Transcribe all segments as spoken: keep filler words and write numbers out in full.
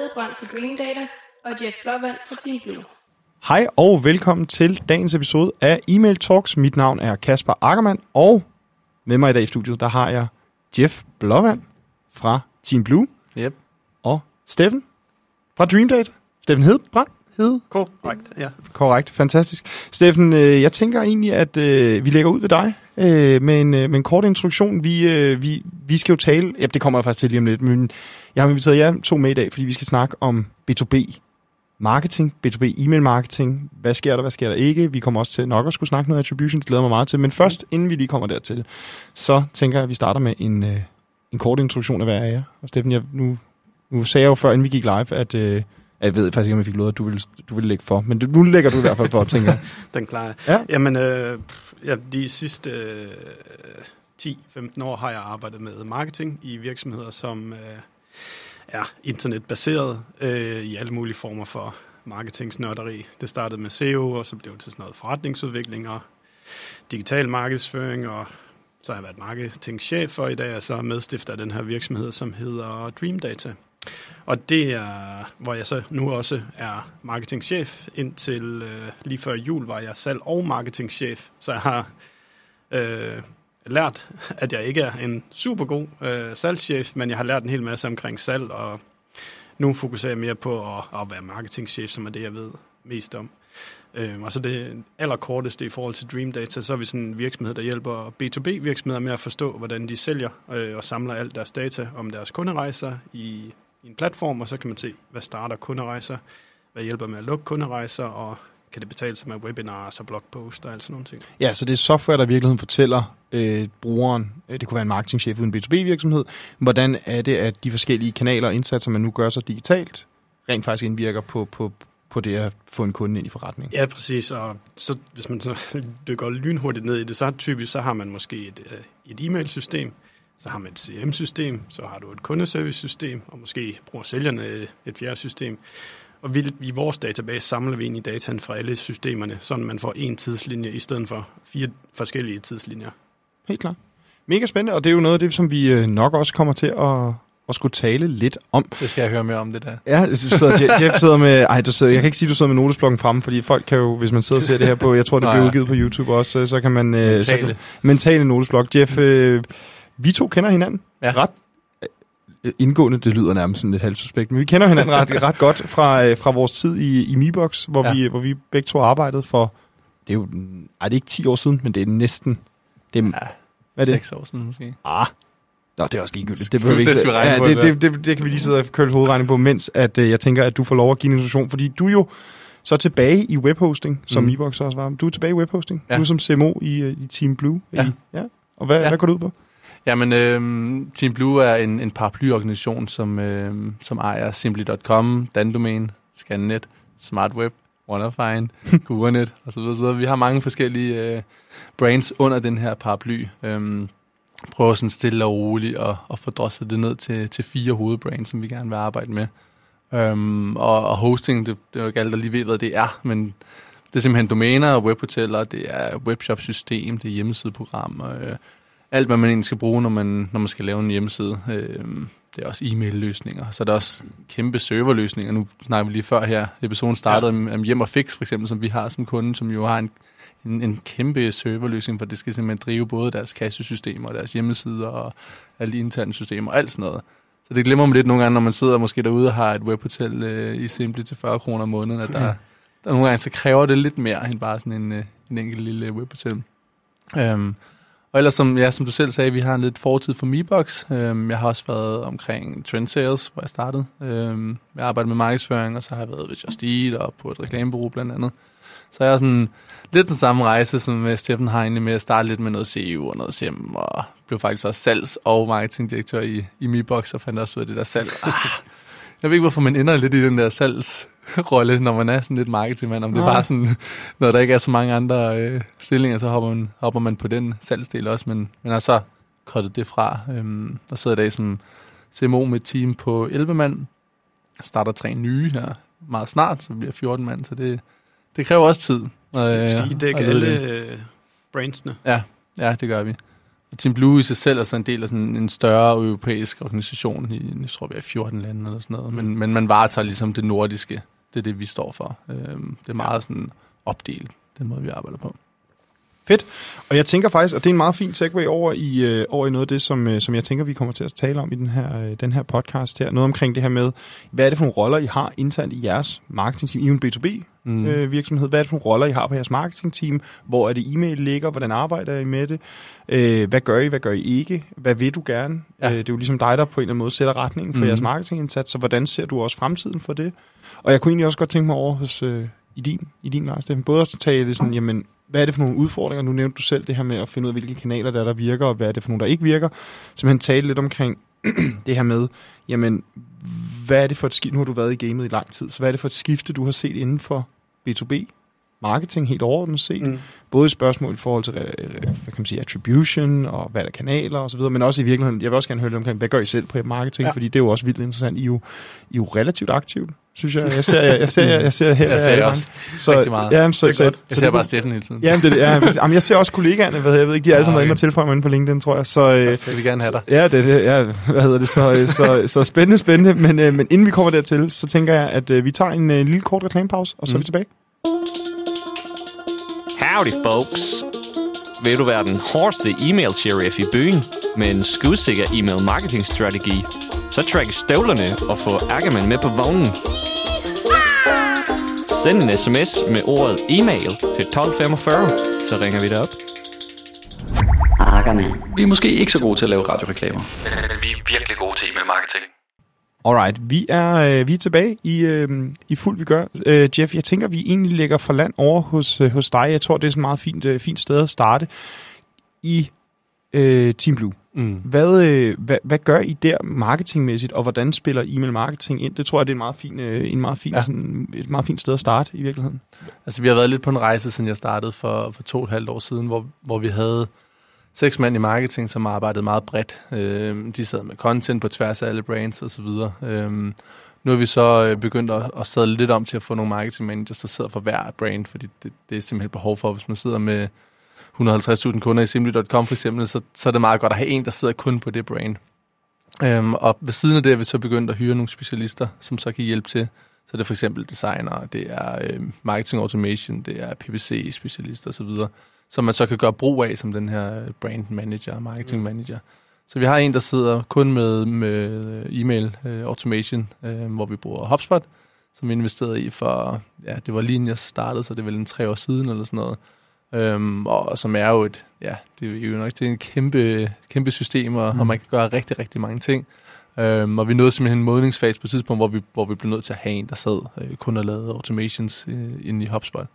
Hedebrand fra Dream Data og Jeff Blåvand fra Team Blue. Hej og velkommen til dagens episode af E-mail Talks. Mit navn er Kasper Ackermann, og med mig i dag i studiet, der har jeg Jeff Blåvand fra Team Blue. Yep. Og Steffen fra Dream Data. Steffen Hedebrand. Hede. Korrekt, ja. Korrekt, fantastisk. Steffen, øh, jeg tænker egentlig, at øh, vi lægger ud ved dig øh, med, en, øh, med en kort introduktion. Vi, øh, vi, vi skal jo tale, ja, det kommer jeg faktisk til lige om lidt, men jeg har inviteret jer to med i dag, fordi vi skal snakke om B to B marketing, B to B e-mail marketing. Hvad sker der, hvad sker der ikke? Vi kommer også til nok at skulle snakke noget attribution, det glæder mig meget til. Men først, inden vi lige kommer dertil, så tænker jeg, at vi starter med en, øh, en kort introduktion af hver af jer. Og Steffen, jeg, nu, nu sagde jeg jo før, inden vi gik live, at... Øh, jeg ved faktisk ikke, om jeg fik lov, at du ville, du ville lægge for. Men du, nu lægger du i hvert fald for, tænker jeg. Den klarer jeg. Ja. Jamen, øh, ja, de sidste øh, ti femten år har jeg arbejdet med marketing i virksomheder, som øh, er internetbaseret øh, i alle mulige former for marketingsnørderi. Det startede med S E O, og så blev det til sådan noget forretningsudvikling og digital markedsføring, og så har jeg været marketingchef, og i dag er jeg så medstifter af den her virksomhed, som hedder Dream Data. Og det er, hvor jeg så nu også er marketingchef. Indtil øh, lige før jul var jeg salg- og marketingchef. Så jeg har øh, lært, at jeg ikke er en super god øh, salgschef, men jeg har lært en hel masse omkring salg, og nu fokuserer jeg mere på at, at være marketingchef, som er det, jeg ved mest om. Øh, og så det allerkorteste i forhold til Dream Data, så er vi sådan en virksomhed, der hjælper B to B virksomheder med at forstå, hvordan de sælger øh, og samler alt deres data om deres kunderejser i en platform, og så kan man se, hvad starter kunderejser, hvad hjælper med at lukke kunderejser, og kan det betale sig med webinars og blogposter og alt sådan nogle ting. Ja, så det er software, der i virkeligheden fortæller øh, brugeren, øh, det kunne være en marketingchef uden B to B virksomhed, hvordan er det, at de forskellige kanaler og indsatser, man nu gør sig digitalt, rent faktisk indvirker på, på, på det at få en kunde ind i forretningen. Ja, præcis, og så, hvis man så dykker lynhurtigt ned i det, så typisk så har man måske et, et e-mailsystem, så har man et C R M-system, så har du et kundeservice-system, og måske bruger sælgerne et fjerde system. Og vi, i vores database samler vi egentlig dataen fra alle systemerne, så man får én tidslinje i stedet for fire forskellige tidslinjer. Helt klart. Mega spændende, og det er jo noget af det, som vi nok også kommer til at, at skulle tale lidt om. Det skal jeg høre mere om, det der. Ja, sidder, Jeff sidder med... Ej, du sidder, jeg kan ikke sige, du sidder med notesblokken fremme, fordi folk kan jo, hvis man sidder og ser det her på, jeg tror, det bliver udgivet på YouTube også, så kan man... Mentale. Så kan, mentale notesblok. Jeff... Øh, Vi to kender hinanden ja. ret indgående, det lyder nærmest sådan lidt halvsuspekt, men vi kender hinanden ret, ret godt fra, fra vores tid i, i MeBox, hvor, ja. vi, hvor vi begge to arbejdede for, det er jo, ej, det er ikke ti år siden, men det er næsten, det er, ja, hvad er det? seks år siden måske. Ah, nå, det er også ligegyldigt. Det, det, det, det, ja, det, det, det, det kan vi lige sidde og køle hovedregning på, mens at, uh, jeg tænker, at du får lov at give en introduktion, fordi du jo så er tilbage i webhosting, som mm. MeBox også var. Du er tilbage i webhosting, ja. Du er som C M O i, i Team Blue. Ja. I, ja. Og hvad, ja. hvad går det ud på? Jamen, øhm, Team Blue er en, en paraplyorganisation, som, øhm, som ejer Simply punktum com, Dandomain, Scannet, SmartWeb, Wonderfine, Google osv. osv. Vi har mange forskellige øh, brands under den her paraply. Øhm, prøver sådan stille og roligt at, at få drosset det ned til, til fire hovedbrands, som vi gerne vil arbejde med. Øhm, og, og hosting, det, det er jo ikke alle, der lige ved, hvad det er, men det er simpelthen domæner og webhoteller, det er webshop-system, det er hjemmesideprogram, øh, alt, hvad man egentlig skal bruge, når man, når man skal lave en hjemmeside. Øh, det er også e-mail-løsninger. Så er der også kæmpe serverløsninger. Nu snakker vi lige før her. Episoden startede ja. om, om Hjem og Fix, for eksempel, som vi har som kunde, som jo har en, en, en kæmpe serverløsning, for det skal simpelthen drive både deres kassesystemer og deres hjemmesider og alle de interne systemer og alt sådan noget. Så det glemmer man lidt nogle gange, når man sidder måske derude og har et webhotel øh, i Simply til fyrre kroner om måneden, at der, der nogle gange så kræver det lidt mere end bare sådan en, øh, en enkelt lille webhotel. Øhm, Og ellers, som, ja, som du selv sagde, vi har en lidt fortid for MeBox. Øhm, jeg har også været omkring Trend Sales, hvor jeg startede. Øhm, jeg arbejder med markedsføring, og så har jeg været ved Just Eat og på et reklamebureau blandt andet. Så jeg har sådan lidt den samme rejse, som Steffen har egentlig med at starte lidt med noget C E O og noget C M, og blev faktisk også salgs- og marketingdirektør i, i MeBox, og fandt også ud af det der salg. Ah, jeg ved ikke, hvorfor man ender lidt i den der salgsrolle, når man er sådan lidt marketingmand. Om det er bare sådan, når der ikke er så mange andre øh, stillinger, så hopper man, hopper man på den salgsdel også. Men man har så kottet det fra. Øhm, der sidder i dag som C M O med et team på elleve mand. Starter tre nye her meget snart, så bliver fjorten mand. Så det, det kræver også tid. Øh, Skal I dække alle brandsene? Ja, ja, det gør vi. Og Team Blue i sig selv er så en del af sådan en større europæisk organisation i, jeg tror, vi er fjorten lande eller sådan noget. Men, men man varetager ligesom det nordiske. Det er det, vi står for. Øhm, det er meget sådan opdelt, den måde, vi arbejder på. Fedt. Og jeg tænker faktisk, og det er en meget fin segue over i, øh, over i noget af det, som, øh, som jeg tænker, vi kommer til at tale om i den her, øh, den her podcast her. Noget omkring det her med, hvad er det for nogle roller, I har internt i jeres marketingteam? I er en B to B mm. øh, virksomhed. Hvad er det for nogle roller, I har på jeres marketingteam? Hvor er det e-mail ligger? Hvordan arbejder I med det? Øh, hvad gør I? Hvad gør I ikke? Hvad vil du gerne? Ja. Øh, det er jo ligesom dig, der på en eller anden måde sætter retningen for mm. jeres marketingindsats. Så hvordan ser du også fremtiden for det? Og jeg kunne egentlig også godt tænke mig over hos, øh, i din, i din Lars, Steffen, både at tage det sådan, jamen, hvad er det for nogle udfordringer? Nu nævnte du selv det her med at finde ud af, hvilke kanaler der, der virker, og hvad er det for nogle, der ikke virker. Simpelthen tale lidt omkring det her med, jamen, hvad er det for et skift? Nu har du været i gamet i lang tid, så hvad er det for et skifte, du har set inden for B to B marketing helt overordnet set? Mm. Både i spørgsmål i forhold til, hvad kan man sige, attribution, og hvad er der kanaler og så videre, men også i virkeligheden, jeg vil også gerne høre lidt omkring, hvad gør I selv på marketing? Ja. Fordi det er jo også vildt interessant. I er jo, I er jo relativt aktivt, synes jeg. Jeg ser, jeg, jeg ser, jeg, jeg ser her. Jeg ser også så, rigtig meget. Ja, så, det så, jeg så, ser så, bare Steffen hele tiden. Ja, det, ja, jamen, jeg ser også kollegaerne, hvad jeg ved ikke, de er alle sammen okay. inde og tilføje mig inde på LinkedIn, tror jeg. Så jeg vil gerne have dig. Ja, det, det, ja, hvad hedder det, så, så, så spændende, spændende. Men, øh, men inden vi kommer dertil, så tænker jeg, at øh, vi tager en øh, lille kort reklamepause, og så mm. er vi tilbage. Howdy, folks. Vil du være den hårdeste e-mail sheriff i byen med en skudsikker e-mail marketing strategi, så træk støvlerne og få Ackerman med på vognen. Send en sms med ordet e-mail til tolv femogfyrre, så ringer vi dig op. Ackerman. Vi er måske ikke så gode til at lave radioreklamer, men vi er virkelig gode til e-mail marketing. Alright, vi er, øh, vi er tilbage i, øh, i fuld vi gør. Øh, Jeff, jeg tænker, vi egentlig lægger for land over hos, øh, hos dig. Jeg tror, det er sådan et meget fint, øh, fint sted at starte i øh, Team Blue. Mm. Hvad, øh, hvad, hvad gør I der marketingmæssigt, og hvordan spiller e-mail marketing ind? Det tror jeg, det er en meget fin, øh, en meget fin, ja. sådan, et meget fint sted at starte i virkeligheden. Altså, vi har været lidt på en rejse, siden jeg startede for, for to og et halvt år siden, hvor, hvor vi havde seks mand i marketing, som arbejdede meget bredt. Øh, de sad med content på tværs af alle brands og så videre. Øh, nu har vi så begyndt at, at sadle lidt om til at få nogle marketing managers, der sidder for hver brand, fordi det, det er simpelthen behov for, hvis man sidder med et hundrede og halvtreds tusind kunder i Simply punktum com for eksempel, så, så er det meget godt at have en, der sidder kun på det brand. Øh, og ved siden af det er vi så begyndt at hyre nogle specialister, som så kan hjælpe til. Så det er for eksempel designer, det er øh, marketing automation, det er P P C-specialister og så videre, som man så kan gøre brug af som den her brand manager, marketing manager. Så vi har en, der sidder kun med, med e-mail uh, automation, uh, hvor vi bruger HubSpot, som vi investerede i for, ja, det var lige inden jeg startede, så det er vel en tre år siden eller sådan noget. Um, og som er jo et, ja, det er jo nok det er en kæmpe, kæmpe system, og, mm. og man kan gøre rigtig, rigtig mange ting. Um, og vi nåede simpelthen en modningsfase på et tidspunkt, hvor vi, hvor vi blev nødt til at have en, der sad uh, kun og lavede automations uh, inde i HubSpot.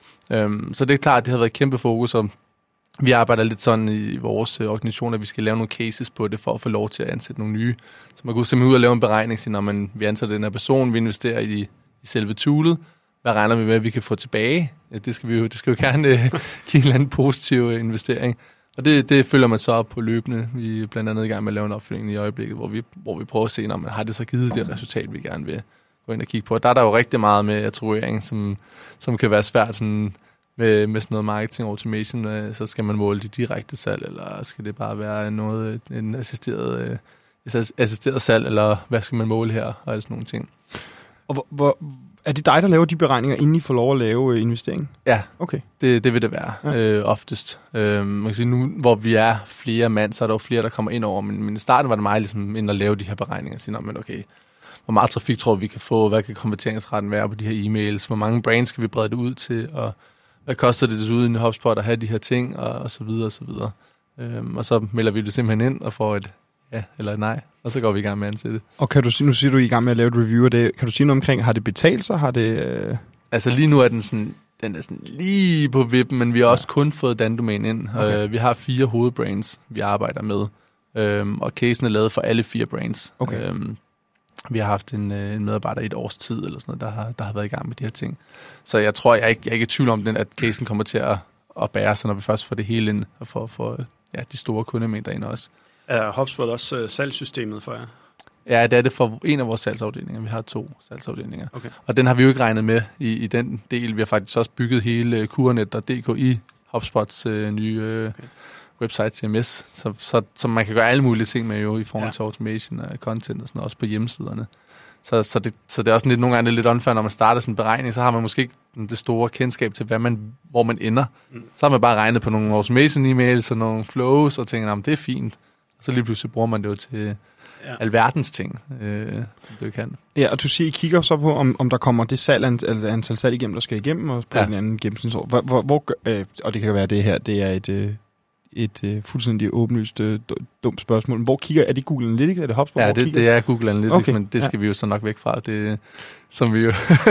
Um, så det er klart, det har været et kæmpe fokus, og vi arbejder lidt sådan i vores uh, organisation, at vi skal lave nogle cases på det, for at få lov til at ansætte nogle nye. Så man går simpelthen ud og lave en beregning, så når man, vi ansætter den her person, vi investerer i, i selve toolet, hvad regner vi med, at vi kan få tilbage? Ja, det skal vi jo, det skal jo gerne uh, give en eller anden positiv uh, investering. Og det, det følger man så op på løbende. Vi er blandt andet i gang med at lave en opfølgning i øjeblikket, hvor vi, hvor vi prøver at se, når man har det så givet det resultat, vi gerne vil gå ind og kigge på. Der er der jo rigtig meget med attribuering, som, som kan være svært sådan, med, med sådan noget marketing automation. Så skal man måle de direkte salg, eller skal det bare være noget, en assisteret, assisteret salg, eller hvad skal man måle her, og sådan nogle ting. Og hvor, hvor, er det dig, der laver de beregninger, inden I får lov at lave investering? Ja, okay. det, det vil det være, ja. øh, oftest. Øh, man kan sige, nu hvor vi er flere mand, så er der jo flere, der kommer ind over, men, men i starten var det mig ligesom ind at lave de her beregninger, og sige, men okay, hvor meget trafik tror vi kan få, hvad kan konverteringsretten være på de her e-mails, hvor mange brands skal vi brede det ud til, og hvad koster det desuden i HubSpot at have de her ting, og, og så videre, og så videre. Øhm, og så melder vi det simpelthen ind og får et ja eller et nej, og så går vi i gang med at ansætte. Og kan du sige, nu siger du, I er i gang med at lave et review af det. Kan du sige noget omkring, har det betalt sig? Har det... Øh... Altså lige nu er den sådan, den er sådan lige på vippen, men vi har ja. også kun fået Dan-domæn ind. Okay. Øh, vi har fire hovedbrands, vi arbejder med, øhm, og casen er lavet for alle fire brands. Okay. Øhm, Vi har haft en, en medarbejder i et års tid, eller sådan noget, der har, der har været i gang med de her ting. Så jeg tror, jeg er ikke, jeg er ikke i tvivl om, den, at casen kommer til at, at bære sig, når vi først får det hele ind, og får, får ja, de store kundemængder ind også. Er HubSpot også uh, salgssystemet for jer? Ja, det er det for en af vores salgsafdelinger. Vi har to salgsafdelinger. Okay. Og den har vi jo ikke regnet med i, i den del. Vi har faktisk også bygget hele Kurenet og D K i HubSpots øh, nye øh, okay. website C M S, så, så, så man kan gøre alle mulige ting med jo i forhold til Ja. automation af content og sådan noget, også på hjemmesiderne. Så, så, det, så det er også lidt, nogle gange det er lidt unfair, når man starter sådan en beregning, så har man måske ikke det store kendskab til, hvad man, hvor man ender. Mm. Så har man bare regnet på nogle automation-emails og nogle flows, og tænker, det er fint. Og så lige pludselig bruger man det jo til ja. alverdens ting, øh, som det kan. Ja, og du siger, I kigger så på, om, om der kommer det salg, antal, antal salg igennem, der skal igennem, og på ja. en anden gennemsnitsår. Hvor, hvor, hvor, øh, og det kan være det her, det er et... Øh, et øh, fuldstændig åbenlyst øh, dumt spørgsmål. Hvor kigger, er det Google Analytics? Er det HubSpot? Ja, det, det er Google Analytics, okay. Men det skal ja. vi jo så nok væk fra. Det, som vi jo...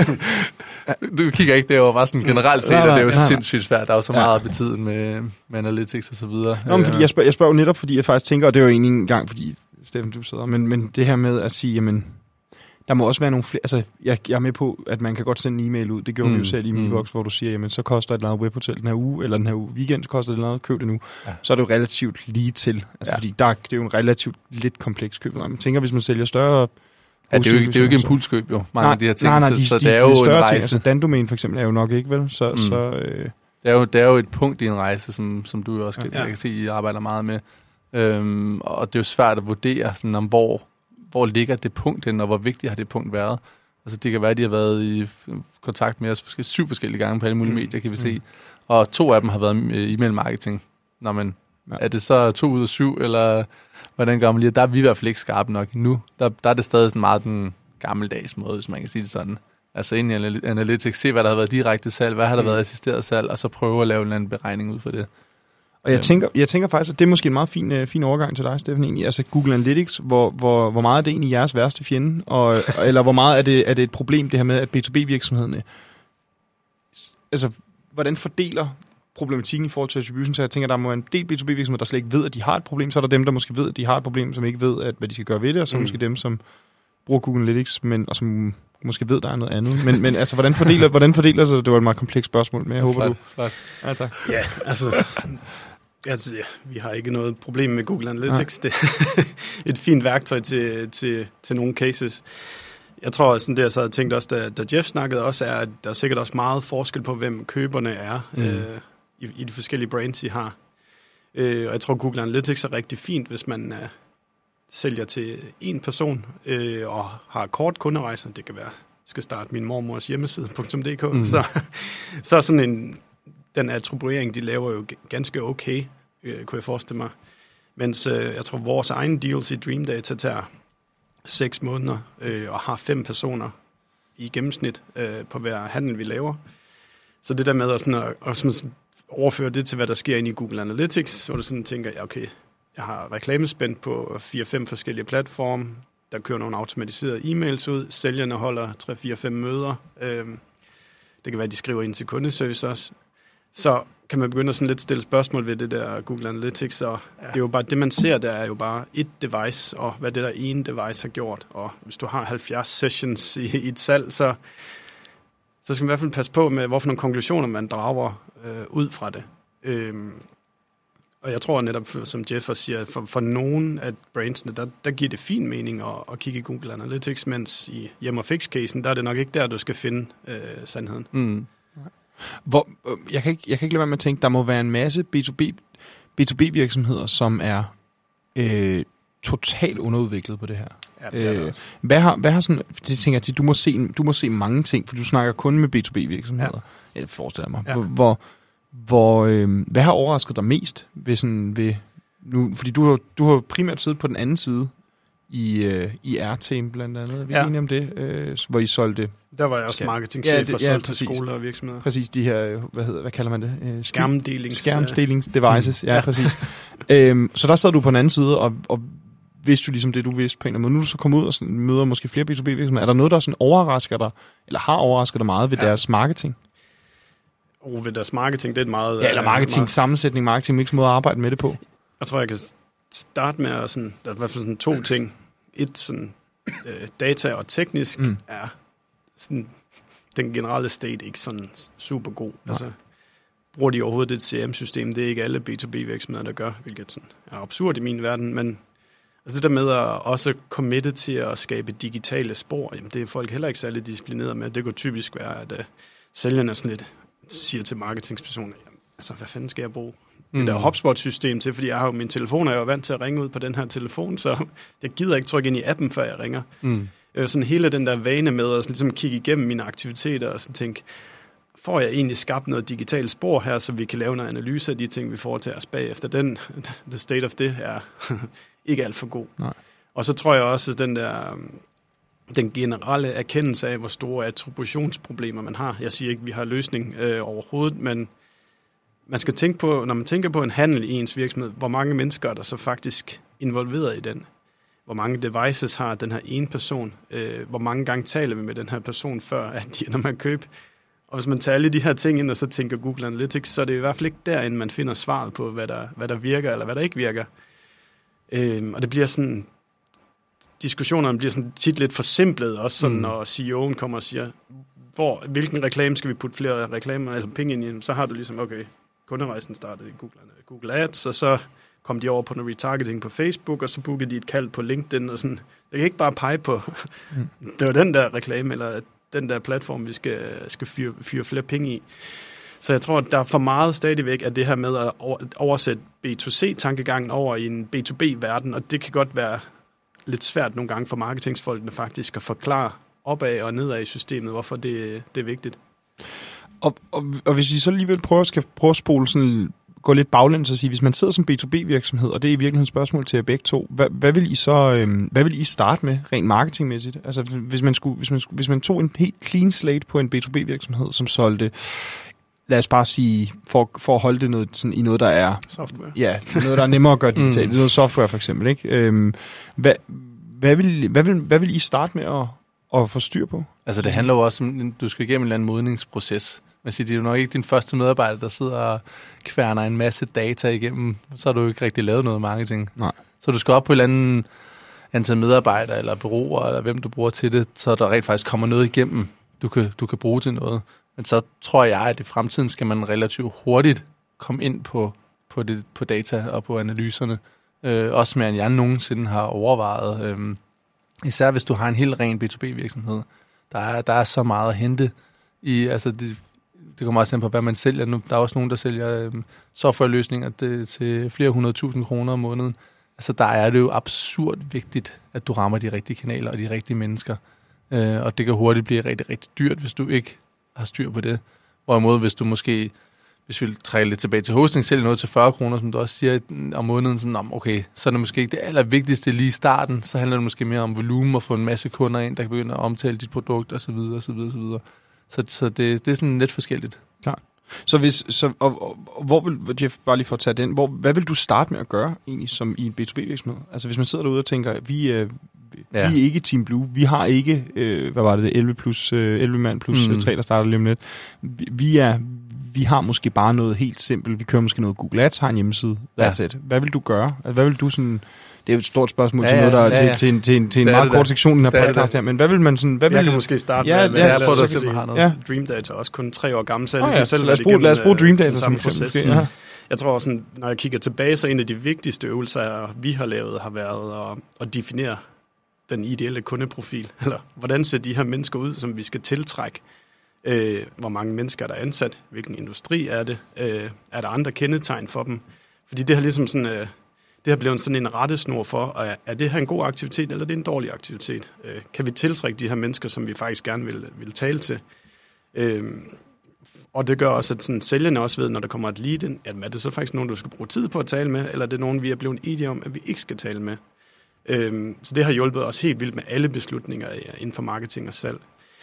du kigger ikke derover bare sådan generelt set, og det er jo nej, sindssygt svært. Der er jo så meget op i tiden med, med Analytics og så videre. Nå, men fordi jeg, spørger, jeg spørger jo netop, fordi jeg faktisk tænker, og det er jo egentlig en gang, fordi Steffen, du sidder, men, men det her med at sige, jamen, der må også være nogle flere, altså jeg, jeg er med på, at man kan godt sende en e-mail ud, det gjorde mm. vi jo selv i Mebox, mm. hvor du siger, jamen så koster et eller andet webhotel den her uge, eller den her uge weekend, så koster det noget, køb det nu. Ja. Så er det jo relativt lige til, altså ja. fordi der, det er jo en relativt lidt kompleks køb. Man tænker, hvis man sælger større... Ja, det er jo ikke, det er jo ikke impulskøb jo, mange nej, af de her ting, nej, nej, de, så, så de, det er de, jo de større en rejse. Ting, altså Dan-domæne for eksempel er jo nok ikke, vel? Så, mm. så, øh... det, er jo, det er jo et punkt i en rejse, som, som du jo også kan, ja. jeg kan se, I arbejder meget med. Øhm, og det er jo svært at vurdere, sådan, om hvor, hvor ligger det punkt hen, og hvor vigtigt har det punkt været. Altså det kan være, at de har været i kontakt med os forskellige, syv forskellige gange på alle mulige mm. medier, kan vi mm. se. Og to af dem har været e-mail marketing. Nå, men ja. Er det så to ud af syv, eller hvordan gør man lige? Der er vi i hvert fald ikke skarpe nok nu. Der, der er det stadig sådan meget den gammeldags måde, hvis man kan sige det sådan. Altså ind i Analytics, se hvad der har været direkte salg, hvad har der mm. været assisteret salg, og så prøve at lave en eller anden beregning ud for det. Og jeg tænker, jeg tænker faktisk, at det er måske en meget fin, uh, fin overgang til dig, Steffen, egentlig. Altså Google Analytics, hvor, hvor, hvor meget er det egentlig jeres værste fjende? Og, eller hvor meget er det, er det et problem, det her med, at B to B-virksomhederne... Altså, hvordan fordeler problematikken i forhold til attribution? Så jeg tænker, der må være en del B to B-virksomheder, der slet ikke ved, at de har et problem. Så er der dem, der måske ved, at de har et problem, som ikke ved, at, hvad de skal gøre ved det. Og så er mm. måske dem, som bruger Google Analytics, men, og som måske ved, der er noget andet. Men, men altså, hvordan fordeler, hvordan fordeler sig? Det var et meget komplekst spørgsmål, men jeg håber, flot, du... Flot. Ja, tak. Ja, altså... Altså, ja, vi har ikke noget problem med Google Analytics. Ja. Det er et fint værktøj til, til, til nogle cases. Jeg tror, sådan det jeg så havde tænkt også, da, da Jeff snakkede også, er, at der er sikkert også meget forskel på, hvem køberne er mm. øh, i, i de forskellige brands, I har. Øh, og jeg tror, Google Analytics er rigtig fint, hvis man øh, sælger til en person øh, og har kort kunderejser. Det kan være, skal starte min mormors hjemmeside punktum d k. Mm. Så, så sådan en... Den attribuering, de laver jo ganske okay, øh, kunne jeg forestille mig. Mens øh, jeg tror, vores egen deals i Dream Data tager seks måneder øh, og har fem personer i gennemsnit øh, på hver handel, vi laver. Så det der med at, sådan, at, at sådan, overføre det til, hvad der sker inde i Google Analytics, så du sådan tænker, ja okay, jeg har reklamespændt på fire fem forskellige platforme, der kører nogle automatiserede e-mails ud, sælgerne holder tre fire fem møder, øh, det kan være, de skriver ind til kundeservice også. Så kan man begynde at sådan lidt stille spørgsmål ved det der Google Analytics, og ja. Det er jo bare det, man ser, der er jo bare et device, og hvad det der ene device har gjort. Og hvis du har halvfjerds sessions i, i et salg, så, så skal man i hvert fald passe på med, hvorfor nogle konklusioner man drager øh, ud fra det. Øhm, og jeg tror netop, som Jeff også siger, for, for nogen af brandsene, der, der giver det fin mening at, at kigge i Google Analytics, mens i hjem- og fix-casen, der er det nok ikke der, du skal finde øh, sandheden. Mm. Hvor, jeg, kan ikke, jeg kan ikke lade være med at tænke, der må være en masse B to B, B to B-virksomheder, som er øh, totalt underudviklet på det her. Ja, det øh, hvad har, hvad har sådan, det tænker jeg, du må se, du må se mange ting, for du snakker kun med B to B-virksomheder. Ja. Jeg forestiller mig. Ja. Hvor, hvor, øh, hvad har overrasket dig mest ved sådan, ved, nu, fordi du har, du har primært siddet på den anden side i, øh, i R-team blandt andet. Er vi ja. enige om det? Øh, hvor I solgte... Der var jeg også marketingchef ja, og solgte ja, til skoler og virksomheder. Præcis, de her, hvad hedder, hvad kalder man det? Øh, Skærmdelings... Skærmdelingsdevices, ja, ja, præcis. øhm, så der sad du på den anden side, og, og vidste jo ligesom det, du vidste på en eller anden måde. Nu er du så kommet ud og sådan, møder måske flere B to B-virksomheder. Er der noget, der sådan overrasker dig, eller har overrasket dig meget ved ja. deres marketing? Oh, ved deres marketing, det er et meget... Ja, eller marketing, meget... sammensætning, marketing, hvilken måde at arbejde med det på. Jeg tror, jeg kan starte med at sådan, der er i hvert fald sådan to ting. Et sådan, øh, data og teknisk mm. er sådan, den generelle state ikke sådan super god. Nej. Altså, bruger de overhovedet et C R M-system? Det er ikke alle B to B-virksomheder, der gør, hvilket sådan er absurd i min verden, men altså det der med at også committe til at skabe digitale spor, jamen det er folk heller ikke særlig disciplineret med. Det kunne typisk være, at uh, sælgerne sådan lidt siger til marketingspersoner, jamen, altså hvad fanden skal jeg bruge mm. det der HubSpot-system til, fordi jeg har jo min telefon, og jeg er jo vant til at ringe ud på den her telefon, så jeg gider ikke trykke ind i appen, før jeg ringer. Mm. Øh, sådan hele den der vane med at sådan, ligesom kigge igennem mine aktiviteter og sådan tænke, får jeg egentlig skabt noget digitalt spor her, så vi kan lave noget analyse af de ting, vi foretager os bagefter. Den, the state of det er ikke alt for god. Nej. Og så tror jeg også, at den der den generelle erkendelse af, hvor store attributionsproblemer man har. Jeg siger ikke, at vi har løsning øh, overhovedet, men man skal tænke på, når man tænker på en handel i ens virksomhed, hvor mange mennesker er der så faktisk involveret i den? Hvor mange devices har den her ene person? Øh, hvor mange gange taler vi med den her person, før at de ender med at købe? Og hvis man tager alle de her ting ind, og så tænker Google Analytics, så er det i hvert fald ikke derinde, man finder svaret på, hvad der, hvad der virker, eller hvad der ikke virker. Øhm, og det bliver sådan, diskussionerne bliver sådan tit lidt forsimplet, også sådan, mm. når C E O'en kommer og siger, hvor, hvilken reklame skal vi putte flere reklamer, altså penge ind i, så har du ligesom, okay, kunderejsen startede i Google, Google Ads, og så kom de over på noget retargeting på Facebook, og så bookede de et kald på LinkedIn, og sådan, jeg kan ikke bare pege på, mm. det var den der reklame, eller den der platform, vi skal, skal fyre, fyre flere penge i. Så jeg tror, at der er for meget stadigvæk af det her med at oversætte B to C-tankegangen over i en B to B-verden, og det kan godt være lidt svært nogle gange for marketingsfolkene faktisk at forklare opad og nedad i systemet, hvorfor det, det er vigtigt. Og, og, og hvis vi så alligevel prøver, skal prøve at spole sådan, gå lidt baglæns og sige, hvis man sidder som B to B-virksomhed, og det er i virkeligheden et spørgsmål til jer begge to, hvad, hvad vil I så øhm, hvad vil I starte med rent marketingmæssigt? Altså hvis man, skulle, hvis, man skulle, hvis man tog en helt clean slate på en B to B-virksomhed, som solgte, lad os bare sige, for, for at holde det noget, sådan, i noget, der er software. Ja, noget, der er nemmere at gøre digitalt. mm. Noget software for eksempel. Ikke? Øhm, hvad, hvad, vil, hvad, vil, hvad vil I starte med at, at få styr på? Altså det handler jo også om, du skal igennem en eller anden modningsproces. Man siger, det er jo nok ikke din første medarbejder, der sidder og kværner en masse data igennem. Så har du jo ikke rigtig lavet noget marketing. Nej. Så du skal op på et eller andet antal medarbejdere, eller bureauer, eller hvem du bruger til det, så der rent faktisk kommer noget igennem, du kan, du kan bruge til noget. Men så tror jeg, at i fremtiden skal man relativt hurtigt komme ind på, på, det, på data og på analyserne. Øh, også mere end jeg nogensinde har overvejet. Øh, især hvis du har en helt ren B to B-virksomhed. Der er, der er så meget at hente i, altså det, det kommer meget på, hvad man sælger nu. Der er også nogen, der sælger øhm, softwareløsninger til, til flere hundrede tusind kroner om måneden. Altså der er det jo absurd vigtigt, at du rammer de rigtige kanaler og de rigtige mennesker. Øh, og det kan hurtigt blive rigtig, rigtig dyrt, hvis du ikke har styr på det. Hvorimod hvis du måske, hvis vi vil trække lidt tilbage til hosting, sælger noget til fyrre kroner, som du også siger om måneden, sådan om, okay, så er det måske ikke det allervigtigste lige i starten. Så handler det måske mere om volumen og få en masse kunder ind, der kan begynde at omtale dit produkt osv. osv. osv. Så, så det, det er sådan lidt forskelligt. Klart. Så hvis, så, og, og, og hvor vil, Jeff, bare lige for at tage den, hvor, hvad vil du starte med at gøre egentlig som i en B to B-virksomhed? Altså hvis man sidder derude og tænker, vi, øh, ja. vi er ikke Team Blue, vi har ikke, øh, hvad var det, elleve plus, øh, elleve mand plus mm. tre, der starter lige om lidt. Vi, vi, er, vi har måske bare noget helt simpelt, vi kører måske noget Google Ads, har en hjemmeside, ja. Hvad vil du gøre? Altså, hvad vil du sådan... Det er jo et stort spørgsmål ja, til noget, der ja, ja. til, til en, til en, til en meget kort sektion i den her podcast her. Men hvad vil man sådan... Hvad vil jeg kan måske starte ja, med... Ja, jeg prøver at se, ja. Dream Data er også kun tre år gammel, så oh, ja, selv lad, os bruge, lad os bruge Dream Data som proces. Måske, ja. Jeg tror sådan, når jeg kigger tilbage, så en af de vigtigste øvelser, vi har lavet, har været at, at definere den ideelle kundeprofil. Eller hvordan ser de her mennesker ud, som vi skal tiltrække? Øh, hvor mange mennesker er der ansat? Hvilken industri er det? Øh, er der andre kendetegn for dem? Fordi det har ligesom sådan... Øh, Det har blevet sådan en rettesnor for, er det her en god aktivitet, eller er det en dårlig aktivitet? Kan vi tiltrække de her mennesker, som vi faktisk gerne vil, vil tale til? Og det gør også, at sådan, sælgerne også ved, når der kommer et lead ind, at er det så faktisk nogen, du skal bruge tid på at tale med, eller er det nogen, vi er blevet enige om, at vi ikke skal tale med? Så det har hjulpet os helt vildt med alle beslutninger inden for marketing og salg.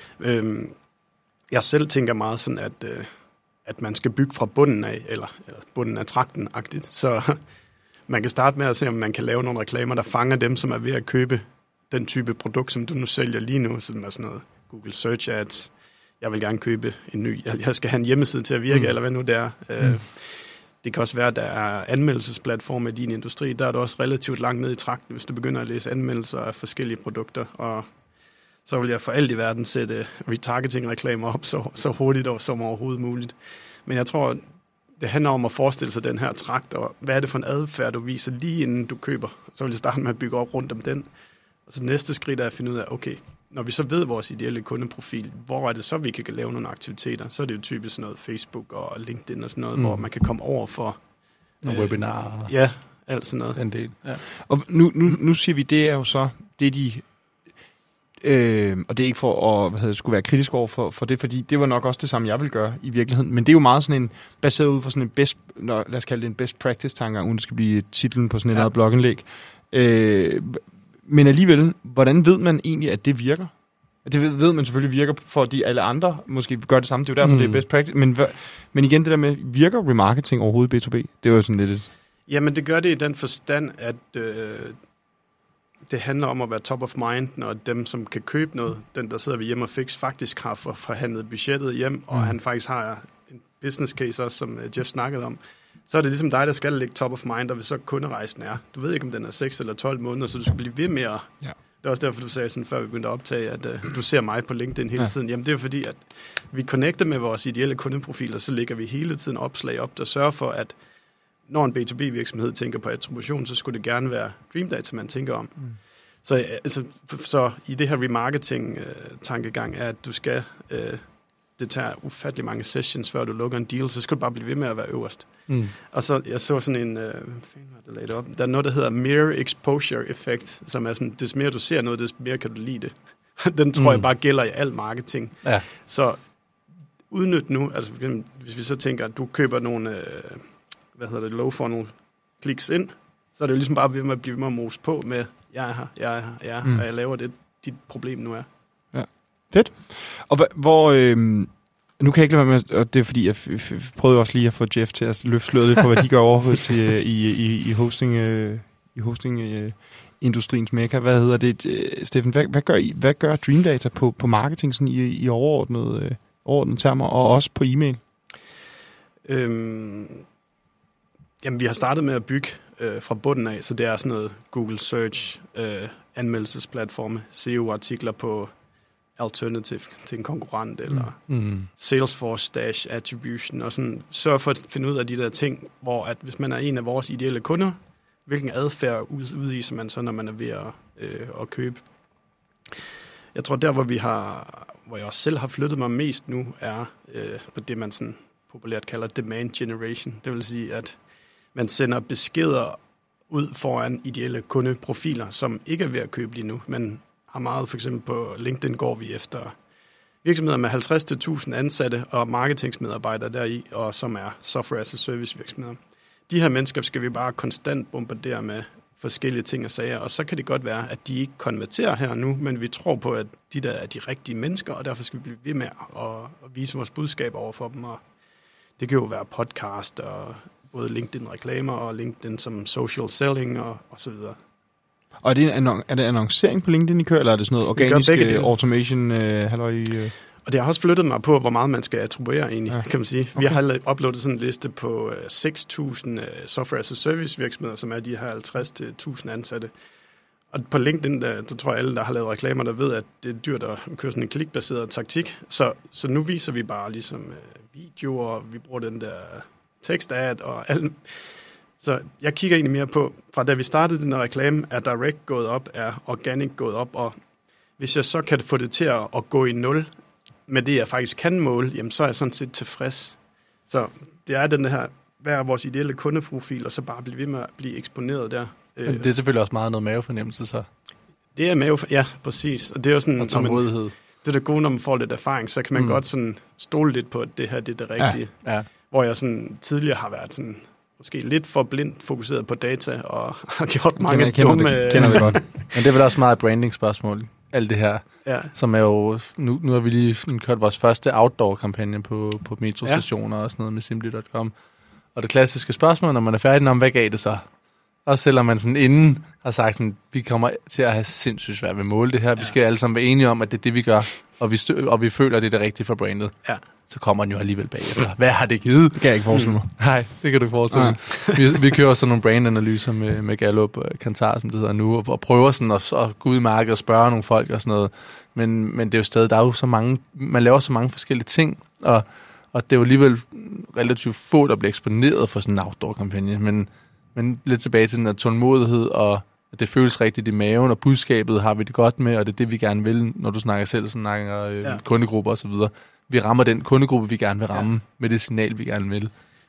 Jeg selv tænker meget sådan, at, at man skal bygge fra bunden af, eller, eller bunden af trakten-agtigt, så... Man kan starte med at se, om man kan lave nogle reklamer, der fanger dem, som er ved at købe den type produkt, som du nu sælger lige nu, som er sådan noget Google Search Ads. Jeg vil gerne købe en ny, jeg skal have en hjemmeside til at virke, mm. eller hvad nu det er. Mm. Det kan også være, at der er anmeldelsesplatforme i din industri. Der er du også relativt langt ned i trakten, hvis du begynder at læse anmeldelser af forskellige produkter. Og så vil jeg for alt i verden sætte retargeting-reklamer op så, så hurtigt som overhovedet muligt. Men jeg tror... Det handler om at forestille sig den her trakt, og hvad er det for en adfærd, du viser lige inden du køber. Så vil jeg starte med at bygge op rundt om den. Og så næste skridt er at finde ud af, okay, når vi så ved vores ideelle kundeprofil, hvor er det så, vi kan lave nogle aktiviteter? Så er det jo typisk noget Facebook og LinkedIn og sådan noget, mm. hvor man kan komme over for Nogle webinarer. Ja, alt sådan noget. Den del, ja. Og nu, nu, nu siger vi, det er jo så, det er de... Øh, og det er ikke for at hvad hedder, det, skulle være kritisk over for, for det, fordi det var nok også det samme, jeg ville gøre i virkeligheden. Men det er jo meget sådan en, baseret ud for sådan en best, lad os kalde det en best practice tankegang, uden det skal blive titlen på sådan et ja. andet blogindlæg. Øh, men alligevel, hvordan ved man egentlig, at det virker? Det ved, ved man selvfølgelig virker, fordi alle andre måske gør det samme. Det er jo derfor, mm. det er best practice. Men, men igen, det der med, virker remarketing overhovedet B to B? Det er jo sådan lidt et... Jamen, det gør det i den forstand, at øh, det handler om at være top of mind, når dem, som kan købe noget, den, der sidder ved Hjem og Fix, faktisk har forhandlet budgettet hjem, mm. og han faktisk har en business case også, som Jeff snakkede om. Så er det ligesom dig, der skal ligge top of mind, og hvis så kunderejsen er. Du ved ikke, om den er seks eller tolv måneder, så du skal blive ved med at... Ja. Det er også derfor, du sagde sådan, før vi begyndte at optage, at uh, du ser mig på LinkedIn hele ja. tiden. Jamen, det er fordi, at vi connecter med vores ideelle kundeprofiler, så lægger vi hele tiden opslag op, der sørger for, at når en B to B-virksomhed tænker på attribution, så skulle det gerne være Dream Data, man tænker om. Mm. Så, altså, så i det her remarketing-tankegang er, at du skal... Uh, det tager ufattelig mange sessions, før du lukker en deal, så skal du bare blive ved med at være øverst. Mm. Og så, jeg så sådan en, øh, hvad der, op? Der er noget, der hedder Mirror Exposure Effect, som er sådan, des mere du ser noget, des mere kan du lide det. Den tror mm. jeg bare gælder i al marketing. Ja. Så udnyt nu, altså hvis vi så tænker, at du køber nogle, øh, hvad hedder det, low funnel kliks ind, så er det jo ligesom bare ved med at blive ved med at mose på med, jeg er her, jeg er her, jeg er her, mm. og jeg laver det, dit problem nu er. Fedt. Og hva, hvor... Øh, nu kan jeg ikke lade være med, og det er fordi, jeg f- f- prøvede også lige at få Jeff til at løfte sløret lidt for, hvad de gør over hos i, i, i, i hosting, øh, i hosting øh, industriens mekka. Hvad hedder det, øh, Steffen? Hvad, hvad, gør I, hvad gør Dream Data på, på marketing sådan i, i overordnede, øh, overordnede termer, og også på e-mail? Øhm, jamen, vi har startet med at bygge øh, fra bunden af, så det er sådan noget Google Search, øh, anmeldelsesplatforme, S E O-artikler på alternative til en konkurrent, eller mm. Salesforce Dash Attribution, og sådan sørge for at finde ud af de der ting, hvor at hvis man er en af vores ideelle kunder, hvilken adfærd udviser man så, når man er ved at, øh, at købe. Jeg tror, der hvor vi har, hvor jeg også selv har flyttet mig mest nu, er øh, på det, man sådan populært kalder demand generation. Det vil sige, at man sender beskeder ud foran ideelle kundeprofiler, som ikke er ved at købe lige nu, men har meget, for eksempel på LinkedIn går vi efter virksomheder med halvtreds til tusind ansatte og marketingsmedarbejdere deri, og som er software as a service virksomheder. De her mennesker skal vi bare konstant bombardere med forskellige ting og sager, og så kan det godt være, at de ikke konverterer her nu, men vi tror på, at de der er de rigtige mennesker, og derfor skal vi blive ved med at, at vise vores budskab over for dem, og det kan jo være podcast, og både LinkedIn-reklamer og LinkedIn som social selling og, og så videre. Og er det, annon- er det annoncering på LinkedIn, I kører, eller er det sådan noget organisk automation? Øh, halløj, øh? Og det har også flyttet mig på, hvor meget man skal attribuere egentlig, ja. kan man sige. Okay. Vi har uploadet sådan en liste på uh, seks tusind uh, software as a service virksomheder, som er de her halvtreds til tusind ansatte. Og på LinkedIn, der, der tror jeg alle, der har lavet reklamer, der ved, at det er dyrt at køre sådan en klikbaseret taktik. Så, så nu viser vi bare ligesom uh, videoer, vi bruger den der tekst-ad og alt. Så jeg kigger egentlig mere på, fra da vi startede den her reklame, er direct gået op, er organic gået op, og hvis jeg så kan få det til at, at gå i nul med det, jeg faktisk kan måle, jamen så er jeg sådan set tilfreds. Så det er den her, hvad er vores ideelle kundeprofil, og så bare blive ved med at blive eksponeret der. Men det er selvfølgelig også meget noget mavefornemmelse, så. Det er mave, ja, præcis. Og det er jo sådan, og tålmodighed. Det er det gode, når man får lidt erfaring, så kan man mm. godt sådan stole lidt på, at det her det er det rigtige. Ja, ja. Hvor jeg sådan tidligere har været sådan måske lidt for blindt fokuseret på data, og har gjort mange kender, dumme... Kender det, kender det godt. Men det er vel også meget branding-spørgsmål, alt det her, ja. Som er jo... Nu, nu har vi lige kørt vores første outdoor-kampagne på, på metrostationer ja. Og sådan noget med Simply punktum com. Og det klassiske spørgsmål, når man er færdig, om hvad gav det så? Også selvom man sådan inden har sagt, sådan, vi kommer til at have sindssygt svært ved at måle det her. Ja. Vi skal alle sammen være enige om, at det er det, vi gør, og vi, stø- og vi føler, at det er det rigtige for brandet. Ja. Så kommer den jo alligevel bagefter. Hvad har det givet? Det kan jeg ikke forestille mig. Mm. Nej, det kan du ikke forestille mig. Vi, vi kører sådan nogle brandanalyser med, med Gallup og Kantar, som det hedder nu, og, og prøver sådan at, at gå ud i markedet og spørge nogle folk og sådan noget. Men, men det er jo stadig, der er jo så mange, man laver så mange forskellige ting, og, og det er jo alligevel relativt få, der bliver eksponeret for sådan en outdoor-kampagne. Men, men lidt tilbage til den her tålmodighed, og at det føles rigtigt i maven, og budskabet har vi det godt med, og det er det, vi gerne vil, når du snakker selv, snakker øh, ja. kundegrupper og så videre. Vi rammer den kundegruppe, vi gerne vil ramme, ja. Med det signal, vi gerne vil.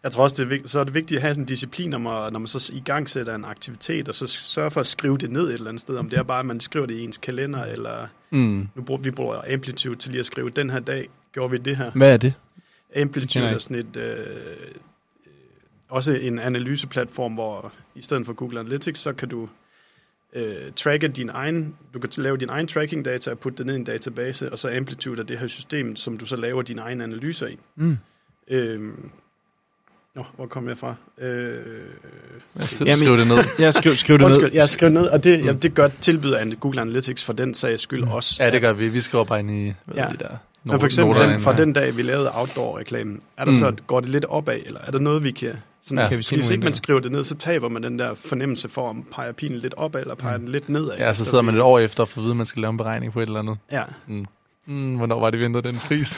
Jeg tror også, det er vigtigt, så er det vigtigt at have sådan en disciplin, når man, når man så i gang sætter en aktivitet, og så sørge for at skrive det ned et eller andet sted. Om det er bare, at man skriver det i ens kalender, eller Mm. nu bruger vi bruger Amplitude til lige at skrive, den her dag gjorde vi det her. Hvad er det? Amplitude er sådan et, øh, også en analyseplatform, hvor i stedet for Google Analytics, så kan du øh, tracke din egen, du kan lave din egen tracking data og putte det ned i en database, og så Amplitude er det her system, som du så laver dine egne analyser i. Mm. Øhm, Nå, hvor kom jeg fra? Øh, Jeg skriv, Jamen, skriv det ned. Jeg skriv, skriv det Undskyld, ned. jeg skrev ned, og det, mm. ja, det gør tilbyder Google Analytics for den sags skyld mm. også. Ja, det at, gør vi. Vi skriver bare ind i hvad Ja. de der Men for eksempel noterne den, fra her. den dag, vi lavede outdoor-reklamen, er der Mm. så, går det lidt opad, eller er der noget, vi kan... Sådan, Ja. kan vi se hvis ikke man skriver det ned, så taber man den der fornemmelse for, om peger pilen lidt opad, eller peger den lidt nedad. Ja, så sidder man et år efter og får at vide, at man skal lave en beregning på et eller andet. Ja. Mm. Mm, hvornår var det, vi ændrede den pris?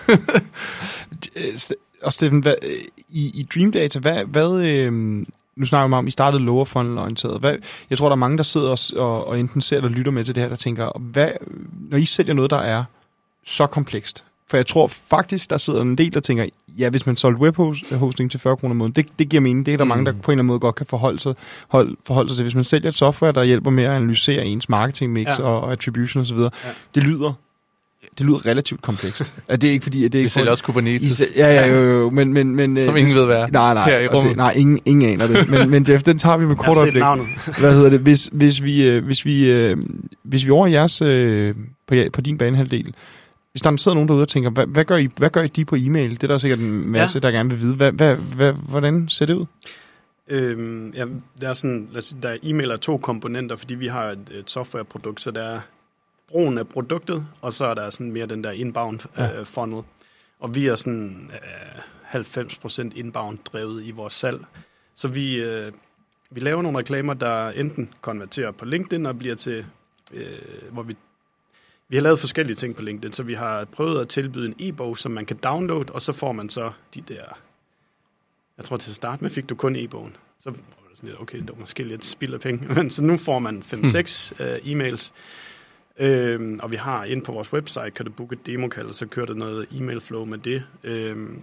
Og Steffen, hvad, i, i Dream Data, hvad, hvad øh, nu snakker vi om, I startede lower funnel orienteret. Hvad, jeg tror, der er mange, der sidder og, og, og enten ser eller lytter med til det her, der tænker, hvad, når I sælger noget, der er så komplekst, for jeg tror faktisk, der sidder en del, der tænker, ja, hvis man solgte webhosting til fyrre kroner om måneden, det, det giver mening. Det er der mm. mange, der på en eller anden måde godt kan forholde sig, hold, forholde sig til. Hvis man sælger et software, der hjælper med at analysere ens marketing mix ja. og, og attribution osv., ja. det lyder det lyder relativt komplekst. Er det ikke fordi, at det ikke... Vi sælger også Kubernetes. I, ja, ja, jo, jo, men... men, men Som øh, ingen ved, hvad er. Nej, nej, her i rummet. det, nej, ingen, ingen aner det. Men, men det, den tager vi med kort øjeblik. Hvad hedder det? Hvis, hvis vi, øh, hvis vi, øh, hvis vi over jeres, øh, på, på din banehalvdel, hvis der sidder nogen derude og tænker, hvad, hvad, gør I, hvad gør I de på e-mail? Det er der sikkert en masse, ja. der gerne vil vide. Hvad, hvad, hvad, hvordan ser det ud? Øhm, ja, der er sådan, lad os sige, der er e-mail er to komponenter, fordi vi har et, et softwareprodukt, så der er brugen af produktet, og så er der sådan mere den der inbound ja. øh, funnel. Og vi er sådan øh, halvfems procent inbound drevet i vores salg. Så vi, øh, vi laver nogle reklamer, der enten konverterer på LinkedIn og bliver til, øh, hvor vi Vi har lavet forskellige ting på LinkedIn, så vi har prøvet at tilbyde en e-bog, som man kan downloade, og så får man så de der... Jeg tror til at starte med fik du kun e-bogen. Så var det sådan lidt, okay, det var måske lidt spild af penge. Men så nu får man fem seks hmm. uh, e-mails. Øhm, og vi har inde på vores website, kan du booke et demokald, så kører der noget e-mail flow med det. Øhm,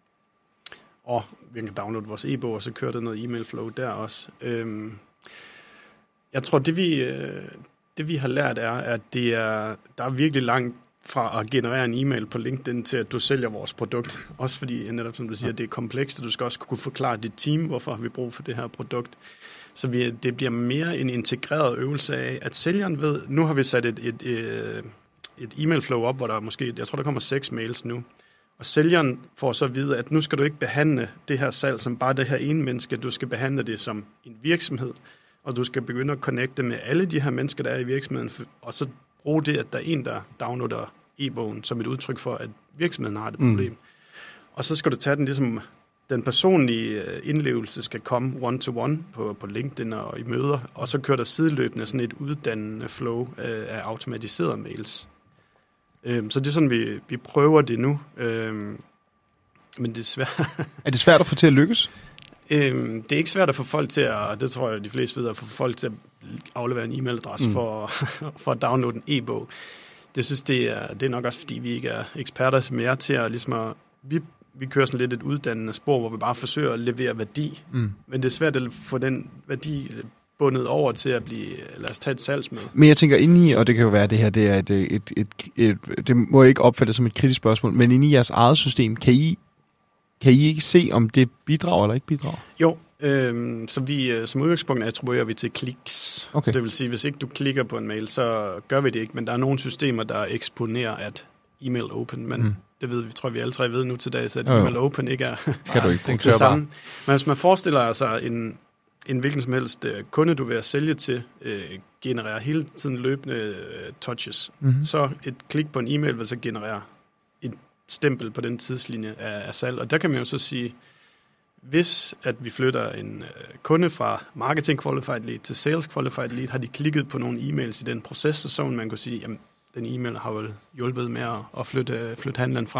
og vi kan downloade vores e-bog, og så kører der noget e-mail flow der også. Øhm, jeg tror, det vi... Øh, Det vi har lært er, at det er, der er virkelig langt fra at generere en e-mail på LinkedIn til, at du sælger vores produkt. Også fordi, netop som du siger, det er komplekst, og du skal også kunne forklare dit team, hvorfor har vi brug for det her produkt. Så vi, det bliver mere en integreret øvelse af, at sælgeren ved, nu har vi sat et, et, et, et e-mail flow op, hvor der måske, jeg tror, der kommer seks mails nu. Og sælgeren får så at vide, at nu skal du ikke behandle det her salg som bare det her ene menneske, du skal behandle det som en virksomhed. Og du skal begynde at connecte med alle de her mennesker, der er i virksomheden, og så bruge det, at der er en, der downloader e-bogen, som et udtryk for, at virksomheden har det problem. Mm. Og så skal du tage den, ligesom den personlige indlevelse skal komme one-to-one på, på LinkedIn og i møder, og så kører der sideløbende sådan et uddannende flow af, af automatiserede mails. Øhm, så det er sådan, vi, vi prøver det nu. Øhm, men det er svært. Er det svært at få til at lykkes? Øhm, det er ikke svært at få folk til at, det tror jeg de fleste ved, at få folk til at aflevere en e-mailadresse mm. for, for at downloade en e-bog. Det synes det er, det er nok også fordi vi ikke er eksperter som jeg er til at, ligesom at vi, vi kører sådan lidt et uddannende spor, hvor vi bare forsøger at levere værdi. Mm. Men det er svært at få den værdi bundet over til at blive, lad os tage et salgsmøde. Men jeg tænker inde i, og det kan jo være, at det her det er et, et, et, et, et det må ikke opfattes som et kritisk spørgsmål, men inde i jeres eget system, kan I Kan I ikke se, om det bidrager eller ikke bidrager? Jo, øh, så vi som udgangspunkt attribuerer vi til kliks. Okay. Så det vil sige, hvis ikke du klikker på en mail, så gør vi det ikke. Men der er nogle systemer, der eksponerer, at e-mail open, men mm. det ved vi, tror vi alle tre ved nu til dags, at jo, jo. e-mail open ikke er kan du ikke det, det samme. Men hvis man forestiller sig en, en hvilken som helst kunde, du vil at sælge til, øh, genererer hele tiden løbende øh, touches, mm-hmm. så et klik på en e-mail vil så generere et stempel på den tidslinje af, af salg. Og der kan man jo så sige, hvis at vi flytter en øh, kunde fra Marketing Qualified Lead til Sales Qualified Lead, har de klikket på nogle e-mails i den proces, så man kunne sige, jamen, den e-mail har vel hjulpet med at, at flytte, flytte handlen fremad.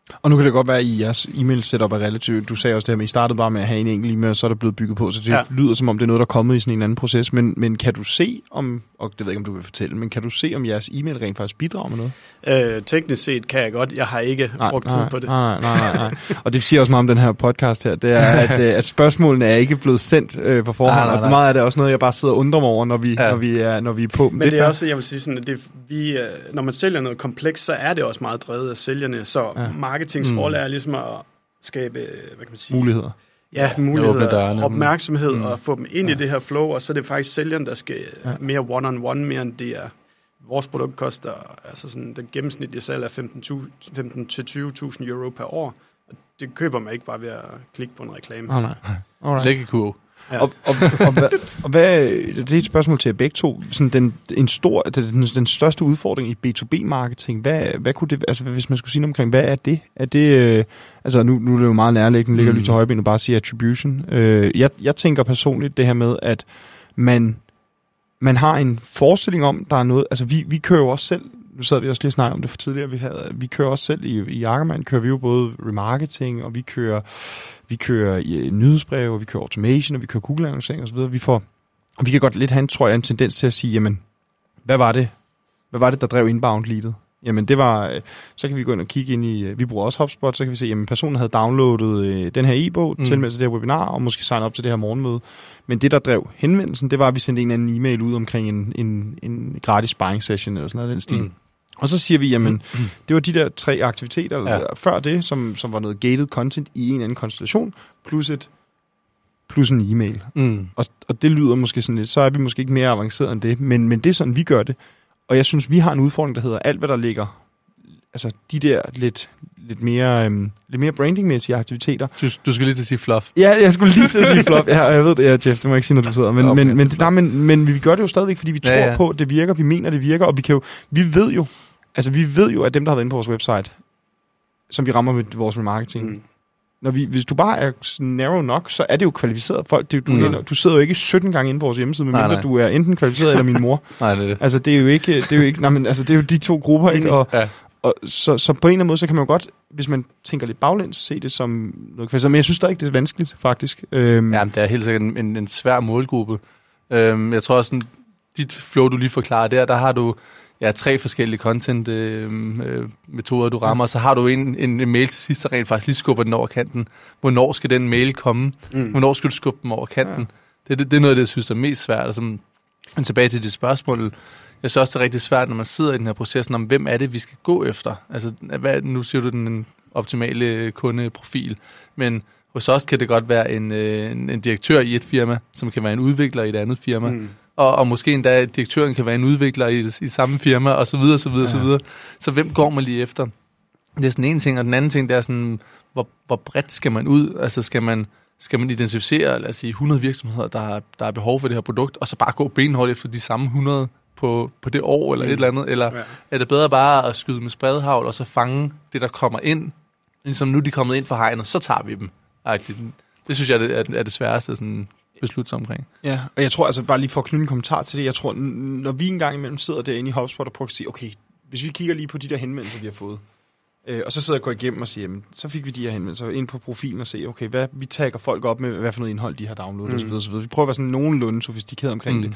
Og nu kan det godt være, at i jeres e-mail setup er relativt, du sagde også det her med, I startede bare med at have en enkelt e-mail, og så er der blevet bygget på, så det ja. lyder som om, det er noget, der er kommet i sådan en anden proces, men, men kan du se om, og det ved jeg ikke, om du vil fortælle, men kan du se, om jeres e-mail rent faktisk bidrager med noget? Øh, teknisk set kan jeg godt, jeg har ikke nej, brugt nej, tid på det. Nej, nej, nej, nej. Og det siger også meget om den her podcast her, det er, at, at spørgsmålene er ikke blevet sendt øh, på forhånd, nej, nej, nej. Og meget af det er også noget, jeg bare sidder og undrer mig over, når vi, ja. når vi, er, når vi er på. Men det, det er også, jeg vil sige sådan, at det, vi, når man sælger noget komplekst, så er det også meget drevet af sælgerne, så ja. marketings mm. rolle er ligesom at skabe, hvad kan man sige? Muligheder. Ja, muligheder, opmærksomhed mm. og få dem ind ja. i det her flow, og så er det faktisk sælgeren, der skal ja. mere one-on-one, mere end det er. Vores produkt koster, altså sådan, den gennemsnitlige salg er femten til tyve tusind euro per år. Og det køber man ikke bare ved at klikke på en reklame. Oh, nej. Alright. Lægge kurve. Ja. Og, og, og, hvad, og hvad, det er et spørgsmål til jer begge to. Sådan den, en stor, den, den største udfordring i B to B-marketing, hvad, hvad kunne det, altså hvis man skulle sige noget omkring, hvad er det? Er det, øh, altså nu, nu er det jo meget nærliggende, ligger mm. lige til højben og bare sige attribution. Øh, jeg, jeg tænker personligt det her med, at man, man har en forestilling om, der er noget, altså vi, vi kører jo også selv, nu sad vi også lige og snakkede om det for tidligere, vi, havde, vi kører også selv i, i Ackermann, kører vi jo både remarketing, og vi kører Vi kører i nyhedsbreve, og vi kører automation, og vi kører Google-annoncering osv. Vi får, og vi kan godt lidt have en, tror jeg, en tendens til at sige, jamen, hvad var det, hvad var det der drev inbound-leadet? Jamen, det var, så kan vi gå ind og kigge ind i, vi bruger også HubSpot, så kan vi se, jamen, personen havde downloadet øh, den her e-bog, mm. tilmeldt sig det her webinar, og måske signet op til det her morgenmøde. Men det, der drev henvendelsen, det var, at vi sendte en anden e-mail ud omkring en, en, en gratis sparring session, eller sådan noget af den stil. Mm. Og så siger vi, jamen, mm. det var de der tre aktiviteter ja. før det, som, som var noget gated content i en eller anden konstellation, plus, et, plus en e-mail. Mm. Og, og det lyder måske sådan lidt, så er vi måske ikke mere avanceret end det, men, men det er sådan, vi gør det. Og jeg synes, vi har en udfordring, der hedder alt, hvad der ligger, altså de der lidt, lidt mere, øhm, lidt mere brandingmæssige aktiviteter. Du, du skulle lige til at sige fluff. Ja, jeg skulle lige til at sige fluff. Ja, jeg ved det, ja, Jeff, det må jeg ikke sige, når du sidder. Men, okay, men, men, nej, men, men vi gør det jo stadigvæk, fordi vi tror ja, ja. på, at det virker, vi mener, det virker, og vi kan jo, vi ved jo, Altså, vi ved jo, at dem, der har været inde på vores website, som vi rammer med vores marketing, mm. når vi, hvis du bare er narrow nok, så er det jo kvalificeret folk. Det, du, mm. ender, du sidder jo ikke sytten gange inde på vores hjemmeside, medmindre du er enten kvalificeret eller min mor. Nej, det er det. Altså, det er jo ikke, det er jo ikke, nej, men, altså, det er jo de to grupper, ikke? Og, ja. og, så, så på en eller anden måde, så kan man jo godt, hvis man tænker lidt baglæns, se det som noget kvalificeret. Men jeg synes stadig, det er vanskeligt, faktisk. Øhm. Jamen, det er helt sikkert en, en, en svær målgruppe. Øhm, jeg tror også, sådan, dit flow, du lige forklarer der, der har du ja, tre forskellige content-metoder, øh, du rammer, og så har du en, en, en mail til sidst, der rent faktisk lige skubber den over kanten. Hvornår skal den mail komme? Mm. Hvornår skal du skubbe dem over kanten? Ja. Det, det, det er noget af det, jeg synes, der er mest svært. Altså, men tilbage til det spørgsmål. Jeg synes også, det er rigtig svært, når man sidder i den her proces, om hvem er det, vi skal gå efter? Altså, hvad, nu siger du den optimale kundeprofil, men hos os kan det godt være en, en, en direktør i et firma, som kan være en udvikler i et andet firma, mm. Og, og måske endda direktøren kan være en udvikler i, i samme firma, og så videre, så videre, ja. så videre. Så hvem går man lige efter? Det er sådan en ting, og den anden ting, det er sådan, hvor, hvor bredt skal man ud? Altså skal man, skal man identificere, lad os sige, hundrede virksomheder, der, der er behov for det her produkt, og så bare gå benhårdt efter de samme hundrede på, på det år, eller mm. et eller andet? Eller ja. er det bedre bare at skyde med spredhavl, og så fange det, der kommer ind? Ligesom nu de er kommet ind fra hegnet, så tager vi dem. Det synes jeg er det, er det sværeste, sådan beslutte sig omkring. Ja, og jeg tror altså bare lige for at knytte en kommentar til det, jeg tror, når vi engang imellem sidder derinde i HubSpot og prøver at sige, okay, hvis vi kigger lige på de der henvendelser, vi har fået, øh, og så sidder jeg og går igennem og siger, jamen, så fik vi de her henvendelser ind på profilen og se, okay, hvad, vi tagger folk op med, hvad for noget indhold de har downloadet, mm. osv., osv. Vi prøver at være sådan nogenlunde sofistikeret omkring mm. det.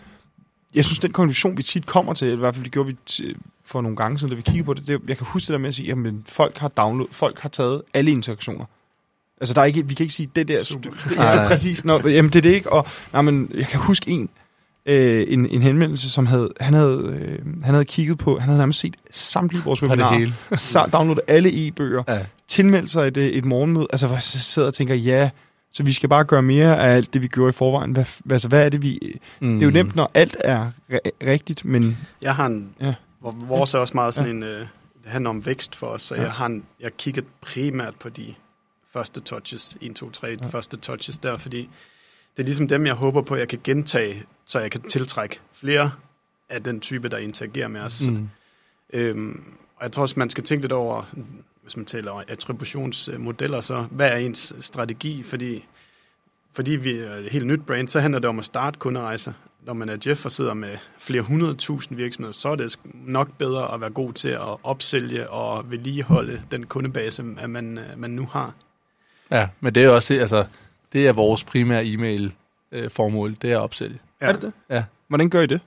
Jeg synes, den konklusion, vi tit kommer til, i hvert fald det gjorde vi t- for nogle gange siden, da vi kiggede på det, det, jeg kan huske det der med at sige, jamen, folk har download, folk har taget alle interaktioner. Altså, der er ikke, vi kan ikke sige, det der... Det, det er præcis. Nå, jamen, det er det ikke. Og, nej, men jeg kan huske en, øh, en, en henvendelse, som havde, han havde, øh, han havde kigget på, han havde nærmest set samtlige vores webinarer, sa- downloadet alle e-bøger, ja. tilmeldt sig et, et morgenmøde. Altså, hvor jeg sidder og tænker, ja, så vi skal bare gøre mere af alt det, vi gjorde i forvejen. Hvad, altså, hvad er det, vi... Mm. Det er jo nemt, når alt er re- rigtigt, men... Jeg har en... Ja. Vores er også meget sådan ja. en... Øh, det handler om vækst for os, så ja. jeg har en, jeg kigget primært på de første touches, en, to, tre, ja. første touches der, fordi det er ligesom dem, jeg håber på, jeg kan gentage, så jeg kan tiltrække flere af den type, der interagerer med os. Mm. Øhm, og jeg tror også, man skal tænke lidt over, hvis man taler attributionsmodeller, så hvad er ens strategi? Fordi, fordi vi er et helt nyt brand, så handler det om at starte kunderejser. når man er Jeff og sidder med flere hundrede tusind virksomheder, så er det nok bedre at være god til at opsælge og vedligeholde den kundebase, at man, man nu har. Ja, men det er jo også, altså, det er vores primære e-mail-formål, det er at opsælge. Ja. Er det det? Ja. Hvordan gør I det?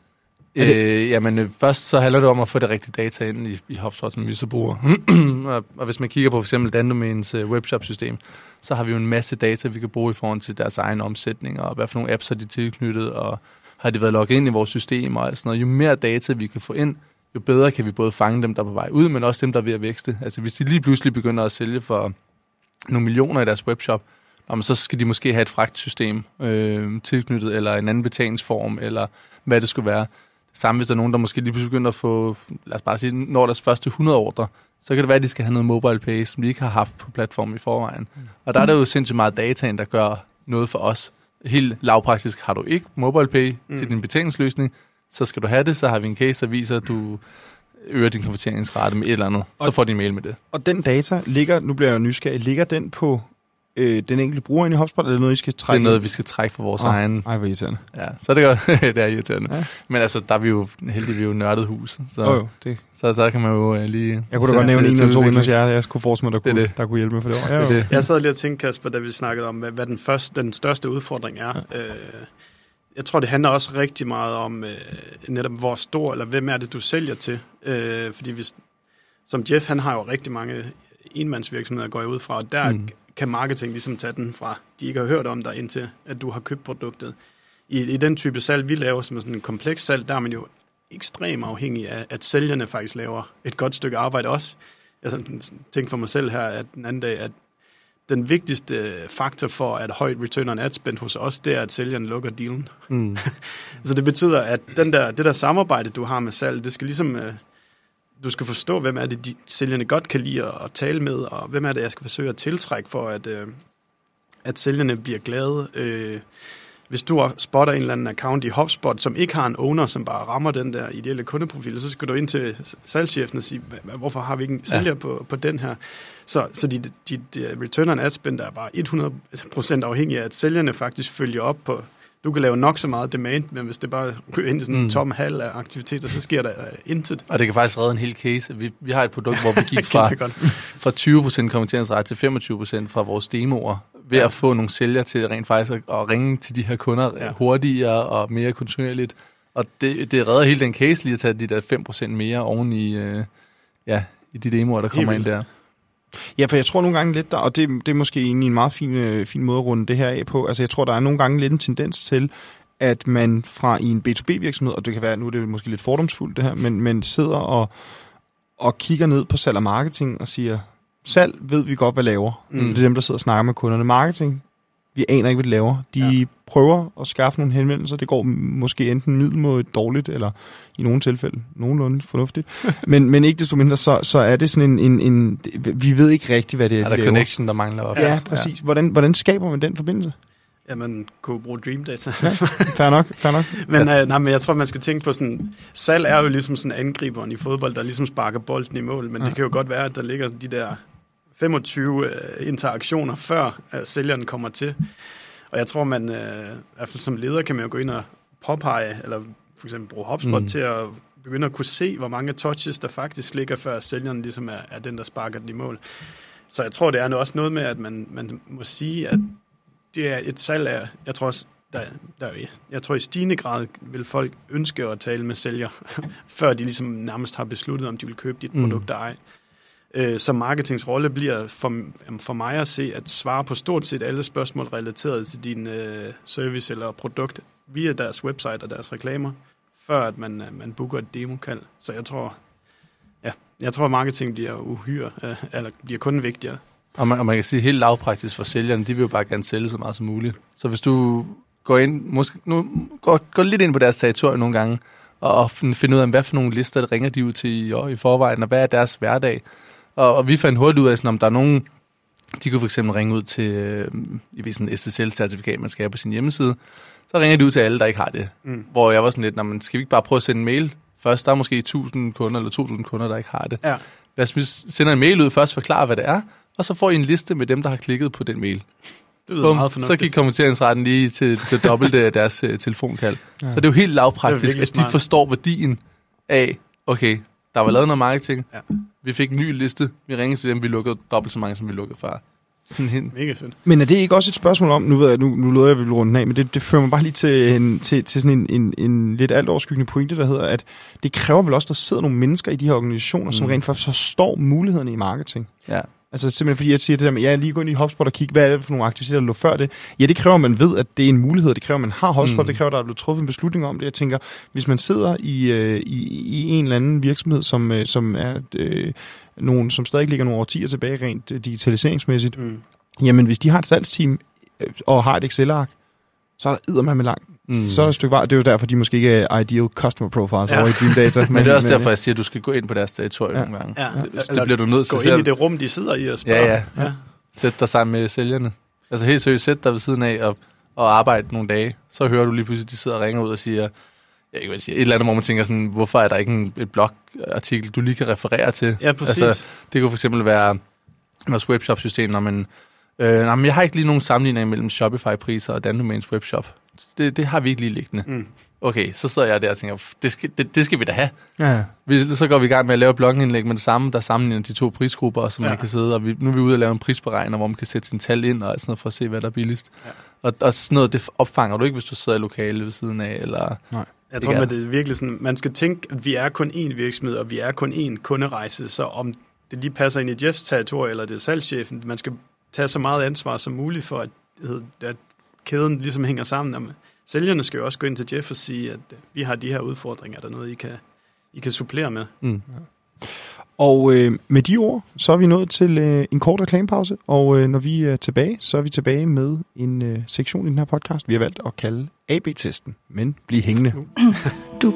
Øh, jamen, øh, først så handler det om at få det rigtige data ind i, i HubSpot, som vi så bruger. og, og hvis man kigger på for eksempel Dandomains øh, webshop-system, så har vi jo en masse data, vi kan bruge i forhold til deres egen omsætning, og hvad for nogle apps har de tilknyttet, og har de været logget ind i vores system og alt sådan noget. Jo mere data vi kan få ind, jo bedre kan vi både fange dem, der er på vej ud, men også dem, der er ved at vækste. Altså hvis de lige pludselig begynder at sælge for nogle millioner i deres webshop, så skal de måske have et fragtsystem øh, tilknyttet, eller en anden betalingsform, eller hvad det skulle være. Samme hvis der er nogen, der måske lige pludselig begynder at få, lad os bare sige, når deres første hundrede ordre, så kan det være, at de skal have noget mobile pay, som de ikke har haft på platformen i forvejen. Mm. Og der er der jo sindssygt meget data, der gør noget for os. Helt lavpraktisk, har du ikke mobile pay mm. til din betalingsløsning, så skal du have det, så har vi en case, der viser, at du øger din konverteringsrate med et eller andet, og, så får de en mail med det. Og den data ligger, nu bliver jeg nysgerrig, ligger den på øh, den enkelte bruger ind i HubSpot, eller er det noget, I skal trække? Det er noget, vi skal trække for vores oh, egen. Ej, hvor irriterende. Ja, så er det godt. Det er irriterende. Ja. Men altså, der er vi jo heldigvis jo nørdet hus, så, oh, jo, det. så, så kan man jo uh, lige... Jeg kunne da godt nævne en eller to inden hos jer, jeg skulle forestille mig, der, kunne, der kunne hjælpe mig for det år. Ja, det. Jeg sad lige og tænkte, Kasper, da vi snakkede om, hvad, hvad den, første, den største udfordring er. Ja. Øh, jeg tror, det handler også rigtig meget om øh, netop, hvor stor, eller hvem er det, du sælger til. Øh, fordi hvis, som Jeff, han har jo rigtig mange enmandsvirksomheder, går jeg ud fra, og der mm. kan marketing ligesom tage den fra, de ikke har hørt om dig, indtil at du har købt produktet. I, i den type salg, vi laver, som er sådan en kompleks salg, der er man jo ekstremt afhængig af, at sælgerne faktisk laver et godt stykke arbejde også. Jeg tænkte for mig selv her, at den anden dag, at den vigtigste faktor for at højt return on ad spend hos os, det er, at sælgerne lukker dealen. Mm. Så det betyder, at den der, det der samarbejde, du har med salg, det skal ligesom... Øh, du skal forstå, hvem er det, de sælgerne godt kan lide at tale med, og hvem er det, jeg skal forsøge at tiltrække for, at, øh, at sælgerne bliver glade. Øh, hvis du spotter en eller anden account i HubSpot, som ikke har en owner, som bare rammer den der ideelle kundeprofil, så skal du ind til salgschefen og sige, hvorfor har vi ikke en sælger ja. på, på den her? Så, så dit, dit return on ad spend er bare hundrede procent afhængig af, at sælgerne faktisk følger op på. Du kan lave nok så meget demand, men hvis det bare ryger ind i sådan en mm. tom hal af aktiviteter, så sker der intet. Og det kan faktisk redde en hel case. Vi, vi har et produkt, hvor vi gik fra, fra tyve procent konverteringsrate til femogtyve procent fra vores demoer, ved ja. at få nogle sælgere til rent faktisk at, at ringe til de her kunder ja. hurtigere og mere kontinuerligt. Og det, det redder hele den case lige at tage de der fem procent mere oven i, øh, ja, i de demoer, der kommer ind der. Ja, for jeg tror nogle gange lidt der, og det, det er måske egentlig en meget fin, øh, fin måde at runde det her af på. Altså jeg tror, der er nogle gange lidt en tendens til, at man fra i en B to B virksomhed, og det kan være, nu er det måske lidt fordomsfuldt det her, men, men sidder og, og kigger ned på salg og marketing og siger, salg ved vi godt, hvad laver. Mm. Det er dem, der sidder og snakker med kunderne. Marketing, vi aner ikke, hvad de laver. De ja. prøver at skaffe nogle henvendelser. Det går måske enten middelmådigt dårligt, eller i nogle tilfælde nogenlunde fornuftigt. men, men ikke desto mindre, så, så er det sådan en, en, en... Vi ved ikke rigtigt, hvad det er, er de der laver. Connection, der mangler op. Ja, præcis. Hvordan, hvordan skaber man den forbindelse? Ja, man kunne bruge Dream Data. Ja, fair nok, fair nok. men, ja. øh, nej, men jeg tror, man skal tænke på sådan... Salg er jo ligesom sådan angriberen i fodbold, der ligesom sparker bolden i mål, men ja. det kan jo godt være, at der ligger de der femogtyve øh, interaktioner, før at sælgeren kommer til. Og jeg tror, man øh, i hvert fald som leder kan man jo gå ind og påpege, eller for eksempel bruge HubSpot mm. til at begynde at kunne se, hvor mange touches der faktisk ligger, før sælgeren ligesom er, er den, der sparker den i mål. Så jeg tror, det er også noget med, at man, man må sige, at det er et salg af, jeg tror også, der, der, jeg tror i stigende grad vil folk ønske at tale med sælger, før de ligesom nærmest har besluttet, om de vil købe dit mm. produkt eller ej. Så marketings rolle bliver for, for mig at se, at svare på stort set alle spørgsmål relateret til din øh, service eller produkt via deres website og deres reklamer, før at man, man booker et demokald. Så jeg tror, ja, jeg tror, at marketing bliver uhyre, øh, eller bliver kun vigtigere. Og man, og man kan sige helt lavpraktisk for sælgerne, de vil jo bare gerne sælge så meget som muligt. Så hvis du går ind, måske, nu, går, går lidt ind på deres territorium nogle gange, og finder ud af, hvad for nogle lister der ringer de ud til i, i forvejen, og hvad er deres hverdag. Og, og vi fandt hurtigt ud af, sådan, om der er nogen, de kunne for eksempel ringe ud til øh, i sådan et S S L-certifikat, man skal have på sin hjemmeside. Så ringer de ud til alle, der ikke har det. Mm. Hvor jeg var sådan lidt, nå, men skal vi ikke bare prøve at sende en mail først? Der er måske tusind kunder eller to tusind kunder, der ikke har det. Ja. Lad os sende en mail ud først, forklare, hvad det er, og så får I en liste med dem, der har klikket på den mail. Det lyder Bum, meget så fornuftigt. gik konverteringsretten lige til, til dobbelt af deres uh, telefonkald. Ja. Så det er jo helt lavpraktisk, at de smart. forstår værdien af, okay, der var lavet noget marketing, Ja. vi fik en ny liste, vi ringede til dem, vi lukkede dobbelt så mange, som vi lukkede før. Sådan helt. Mega fedt. Men er det ikke også et spørgsmål om, nu ved jeg, nu, nu løder jeg, at vi vil runde den af, men det, det fører mig bare lige til, en, til, til sådan en, en, en lidt alt overskyggende pointe, der hedder, at det kræver vel også, at der sidder nogle mennesker i de her organisationer, mm. som rent faktisk forstår mulighederne i marketing. Ja. Altså simpelthen fordi jeg siger det der med, ja, lige gå ind i HubSpot og kigge, hvad er det for nogle aktiviteter, der lå før det. Ja, det kræver, at man ved, at det er en mulighed. Det kræver, at man har HubSpot. Mm. Det kræver, at der er blevet truffet en beslutning om det. Jeg tænker, hvis man sidder i, øh, i, i en eller anden virksomhed, som, øh, som er øh, nogen, som stadig ligger nogle årtier tilbage rent øh, digitaliseringsmæssigt, mm. jamen hvis de har et salgsteam øh, og har et Excel-ark, så er der eddermame langt. Mm. Så er der et stykke vej. Det er jo derfor, de måske ikke er ideal customer profiles ja. over i Dream Data. Men, men det er også derfor, jeg siger, at du skal gå ind på deres territorium ja. nogle gange. Ja. Det, det bliver du nødt til gå selv. ind i det rum, de sidder i og spørge. Ja, ja. ja. Sæt dig sammen med sælgerne. Altså helt seriøst, sæt dig ved siden af og, og arbejde nogle dage. Så hører du lige pludselig, de sidder og ringer ud og siger, jeg ikke vil sige, et eller andet, hvor man tænker sådan, hvorfor er der ikke en, et blogartikel, du lige kan referere til? Ja, præcis. Altså, det kunne for eksempel være vores webshop-system, når man, øh, nej, men jeg har ikke lige nogen sammenligning mellem Shopify-priser og Dandomains webshop. Det, det har vi ikke lige liggende. Mm. Okay, så sidder jeg der og tænker, det skal, det, det skal vi da have. Ja. Vi, så går vi i gang med at lave blogindlæg med det samme, der sammenligner de to prisgrupper, som ja. man kan sidde, og vi, nu er vi ude og lave en prisberegner, hvor man kan sætte sin tal ind og sådan noget for at se, hvad der er billigst. Ja. Og, og sådan noget, det opfanger du ikke, hvis du sidder i lokale ved siden af, eller... Nej. Jeg tror, at det er virkelig sådan, man skal tænke, at vi er kun én virksomhed, og vi er kun én kunderejse, så om det lige passer ind i Jeffs territorie, eller det er salgschefen, man skal tage så meget ansvar som muligt for, at, at kæden ligesom hænger sammen. Jamen, sælgerne skal jo også gå ind til Jeff og sige, at vi har de her udfordringer, der er noget, I kan, I kan supplere med. Mm. Og øh, med de ord, så er vi nået til øh, en kort reklamepause, og øh, når vi er tilbage, så er vi tilbage med en øh, sektion i den her podcast, vi har valgt at kalde A B-testen, men bliv hængende.